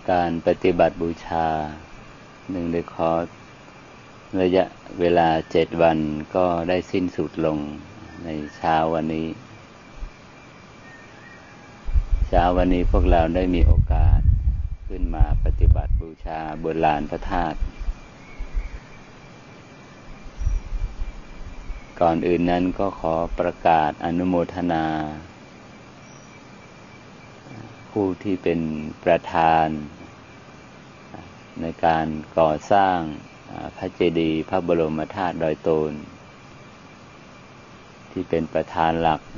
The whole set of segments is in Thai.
การปฏิบัติบูชาหนึ่งในคอร์สระยะเวลา7 วันก็ได้สิ้นสุดลงในเช้าวันนี้พวกเราได้มีโอกาสขึ้นมาปฏิบัติบูชาบนลานพระธาตุก่อนอื่นนั้นก็ขอประกาศอนุโมทนาผู้ที่เป็นประธานในการก่อสร้างพระเจดีย์พระบรมธาตุดอยโตนที่เป็นประธานหลัก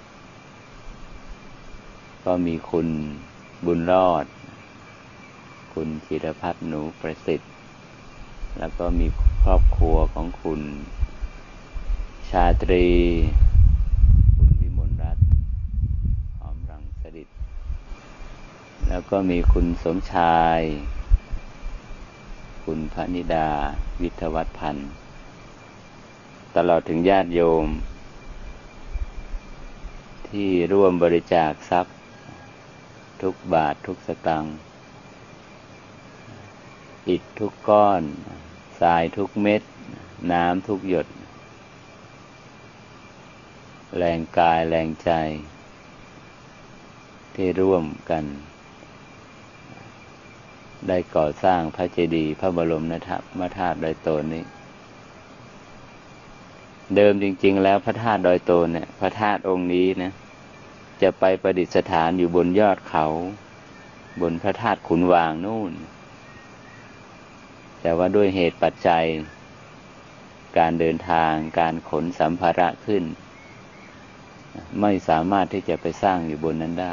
ก็มีคุณบุญรอดคุณจิรพัฒน์หนูประสิทธิ์แล้วก็มีครอบครัวของคุณชาตรีคุณวิมลรัตน์หอมรังสฤษดิ์แล้วก็มีคุณสมชายคุณพนิดาวิทยวัฒน์พันธ์ตลอดถึงญาติโยมที่ร่วมบริจาคทรัพย์ทุกบาททุกสตางค์อิฐทุกก้อนทรายทุกเม็ดน้ำทุกหยดแรงกายแรงใจที่ร่วมกันได้ก่อสร้างพระเจดีย์พระบรมธาตุดอยโตนนี้เดิมจริงๆแล้วพระธาตุดอยโตนเนี่ยพระธาตุองค์นี้นะจะไปประดิษฐานอยู่บนยอดเขาบนพระธาตุขุนวางนู่นแต่ว่าด้วยเหตุปัจจัยการเดินทางการขนสัมภาระขึ้นไม่สามารถที่จะไปสร้างอยู่บนนั้นได้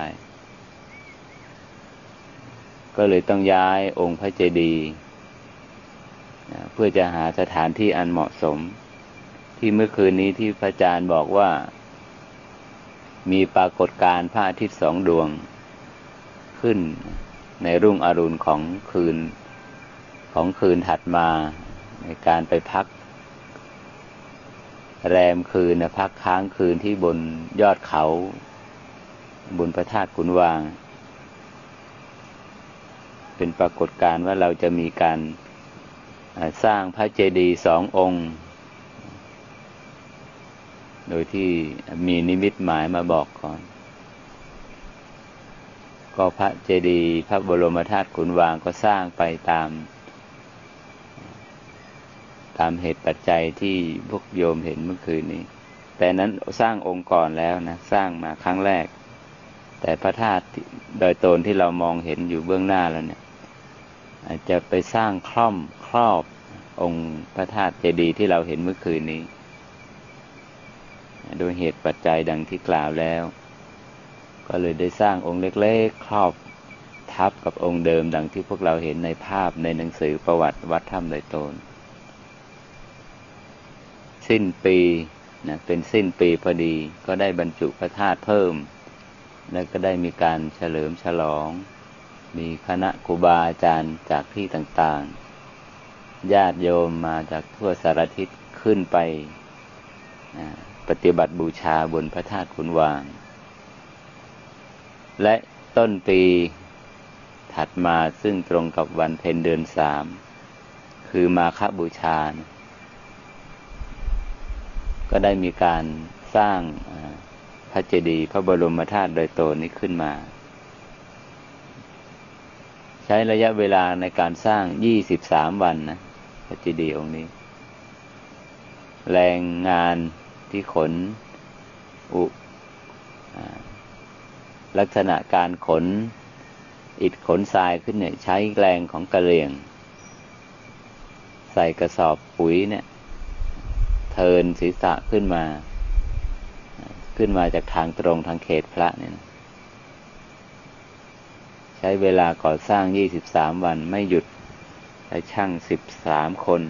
ก็เลยต้องย้ายองค์พระเจดีย์เพื่อจะหาสถานที่อันเหมาะสมที่เมื่อคืนนี้ที่พระอาจารย์บอกว่ามีปรากฏการณ์พระอาทิตย์2 ดวงขึ้นในรุ่งอรุณของคืนถัดมาในการไปพักแรมคืนพักค้างคืนที่บนยอดเขาบนพระธาตุขุนวางเป็นปรากฏการณ์ว่าเราจะมีการสร้างพระเจดีย์2 องค์โดยที่มีนิมิตหมายมาบอกก่อนก็พระเจดีย์พระบรมธาตุขุนวางก็สร้างไปตามเหตุปัจจัยที่พวกโยมเห็นเมื่อคืนนี้แต่นั้นสร้างองค์ก่อนแล้วนะสร้างมาครั้งแรกแต่พระธาตุดอยโตนที่เรามองเห็นอยู่เบื้องหน้าแล้วเนี่ยอาจจะไปสร้างครอบองค์พระธาตุเจดีย์ที่เราเห็นเมื่อคืนนี้โดยเหตุปัจจัยดังที่กล่าวแล้วก็เลยได้สร้างองค์เล็กๆครอบทับกับองค์เดิมดังที่พวกเราเห็นในภาพในหนังสือประวัติวัดถ้ำดอยโตนสิ้นปีนะเป็นสิ้นปีพอดีก็ได้บรรจุพระธาตุเพิ่มแล้วก็ได้มีการเฉลิมฉลองมีคณะครูบาอาจารย์จากที่ต่างๆญาติโยมมาจากทั่วสารทิศขึ้นไปปฏิบัติบูชาบนพระธาตุขุนวางและต้นปีถัดมาซึ่งตรงกับวันเพ็ญเดือน3คือมาฆบูชาก็ได้มีการสร้างพระเจดีย์พระบรมธาตุดอยโตนนี้ขึ้นมาใช้ระยะเวลาในการสร้าง23 วันนะพระเจดีย์องค์นี้แรงงานที่ขนลักษณะการขนอิฐขนทรายขึ้นเนี่ยใช้แรงของกระเหรี่ยงใส่กระสอบปุ๋ยเนี่ยเทินศีรษะขึ้นมาจากทางตรงทางเขตพระเนี่ยใช้เวลาก่อสร้าง23 วันไม่หยุดได้ช่าง13 คน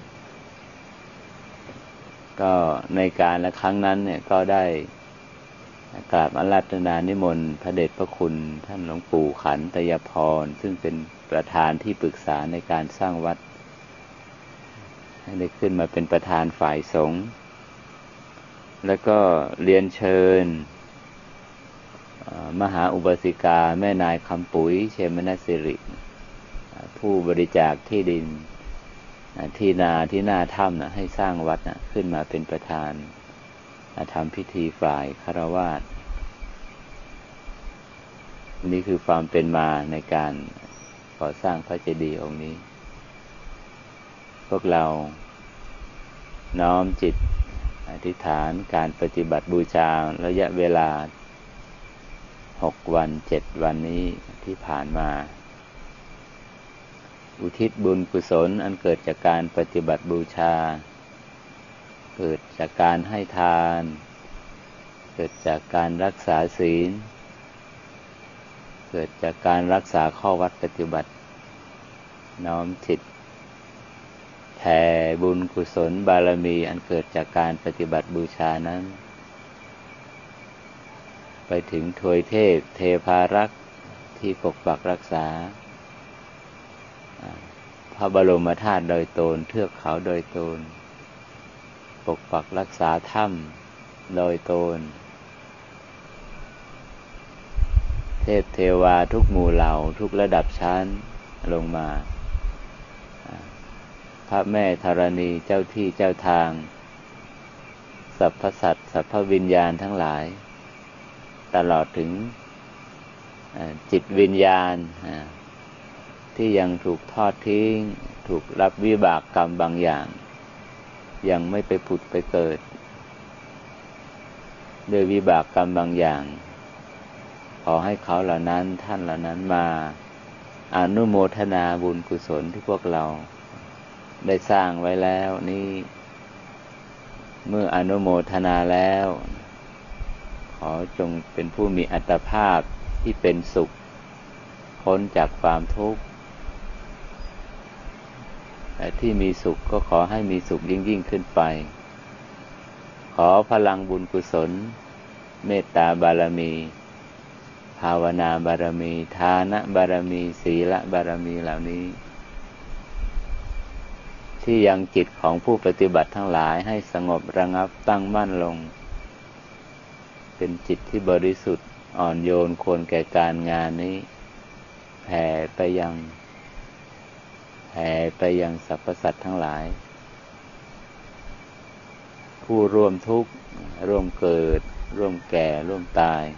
ก็ในการละครั้งนั้นเนี่ยก็ได้กราบอาราธนานิมนต์พระเดชพระคุณท่านหลวงปู่ขันตยพรซึ่งเป็นประธานที่ปรึกษาในการสร้างวัดให้ได้ขึ้นมาเป็นประธานฝ่ายสงฆ์แล้วก็เรียนเชิญ มหาอุบาสิกาแม่นายคำปุ๋ยเชมนสิริผู้บริจาคที่ดินที่นาที่หน้าถ้ำให้สร้างวัดขึ้นมาเป็นประธานทำพิธีฝ่ายฆราวาสนี่คือความเป็นมาในการก่อสร้างพระเจดีย์องค์นี้พวกเราน้อมจิตอธิษฐานการปฏิบัติบูชาระยะเวลา6 วัน 7 วันนี้ที่ผ่านมาอุทิศบุญกุศลอันเกิดจากการปฏิบัติบูชาเกิดจากการให้ทานเกิดจากการรักษาศีลเกิดจากการรักษาข้อวัดปฏิบัติน้อมจิตแผ่บุญกุศลบารมีอันเกิดจากการปฏิบัติบูชานั้นไปถึงทวยเทพเทพารักษ์ที่ปกปักรักษาพระบรมธาตุโดยตนเทือกเขาโดยตนปกปักรักษาถ้ำโดยตนเทพเทวาทุกหมู่เหล่าทุกระดับชั้นลงมาพระแม่ธรณีเจ้าที่เจ้าทางสรรพสัตว์สรรพวิญญาณทั้งหลายตลอดถึงจิตวิญญาณที่ยังถูกทอดทิ้งถูกรับวิบากกรรมบางอย่างยังไม่ไปผุดไปเกิดด้วยวิบากกรรมบางอย่างขอให้เขาเหล่านั้นท่านเหล่านั้นมาอนุโมทนาบุญกุศลที่พวกเราได้สร้างไว้แล้วนี่เมื่ออนุโมทนาแล้วขอจงเป็นผู้มีอัตภาพที่เป็นสุขพ้นจากความทุกข์แต่ที่มีสุขก็ขอให้มีสุขยิ่งขึ้นไปขอพลังบุญกุศลเมตตาบารมีภาวนาบารมีทานบารมีศีลบารมีเหล่านี้ที่ยังจิตของผู้ปฏิบัติทั้งหลายให้สงบระงับตั้งมั่นลงเป็นจิตที่บริสุทธิ์อ่อนโยนควรแก่การงานนี้แผ่ไปยังสรรพสัตว์ทั้งหลายผู้ร่วมทุกข์ร่วมเกิดร่วมแก่ร่วมตาย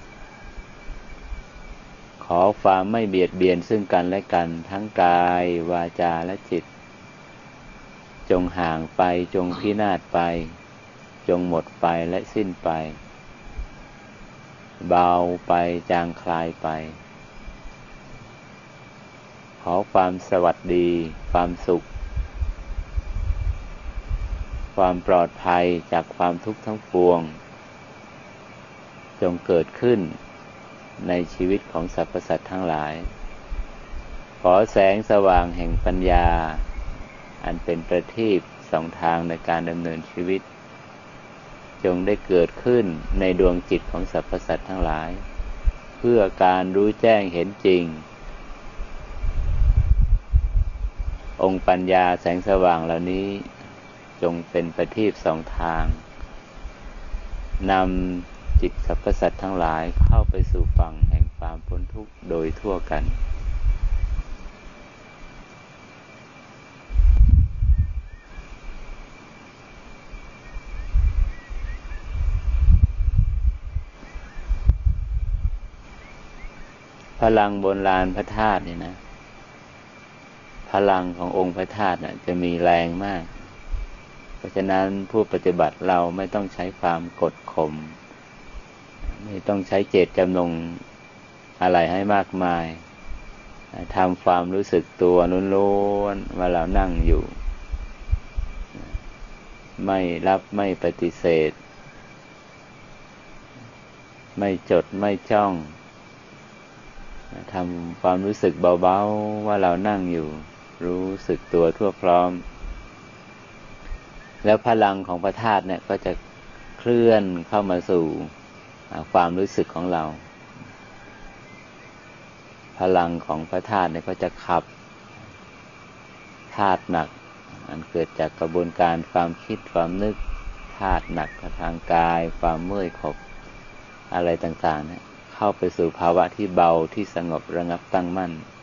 ขอความไม่เบียดเบียนซึ่งกันและกันทั้งกายวาจาและจิตจงห่างไปจงพินาศไปจงหมดไปและสิ้นไปเบาไปจางคลายไปขอความสวัสดีความสุขความปลอดภัยจากความทุกข์ทั้งปวงจงเกิดขึ้นในชีวิตของสรรพสัตว์ทั้งหลายขอแสงสว่างแห่งปัญญาอันเป็นประทีปส่องทางในการดำเนินชีวิตจงได้เกิดขึ้นในดวงจิตของสรรพสัตว์ทั้งหลายเพื่อการรู้แจ้งเห็นจริงองค์ปัญญาแสงสว่างเหล่านี้จงเป็นประทีปส่องทางนำจิตสรรพสัตว์ทั้งหลายเข้าไปสู่ฝั่งแห่งความพ้นทุกข์โดยทั่วกันพลังบนลานพระธาตุนี่นะพลังขององค์พระธาตุจะมีแรงมากเพราะฉะนั้นผู้ปฏิบัติเราไม่ต้องใช้ความกดข่มไม่ต้องใช้เจตจำนงอะไรให้มากมายทำความรู้สึกตัวล้วนๆว่าเรานั่งอยู่ไม่รับไม่ปฏิเสธไม่จดไม่จ้องทำความรู้สึกเบาๆว่าเรานั่งอยู่รู้สึกตัวทั่วพร้อมแล้วพลังของพระธาตุเนี่ยก็จะเคลื่อนเข้ามาสู่ความรู้สึกของเราพลังของพระธาตุเนี่ยก็จะขับธาตุหนักอันเกิดจากกระบวนการความคิดความนึกธาตุหนักทางกายความเมื่อยขบอะไรต่างๆเนี่ยเข้าไปสู่ภาวะที่เบาที่สงบระงับตั้งมั่น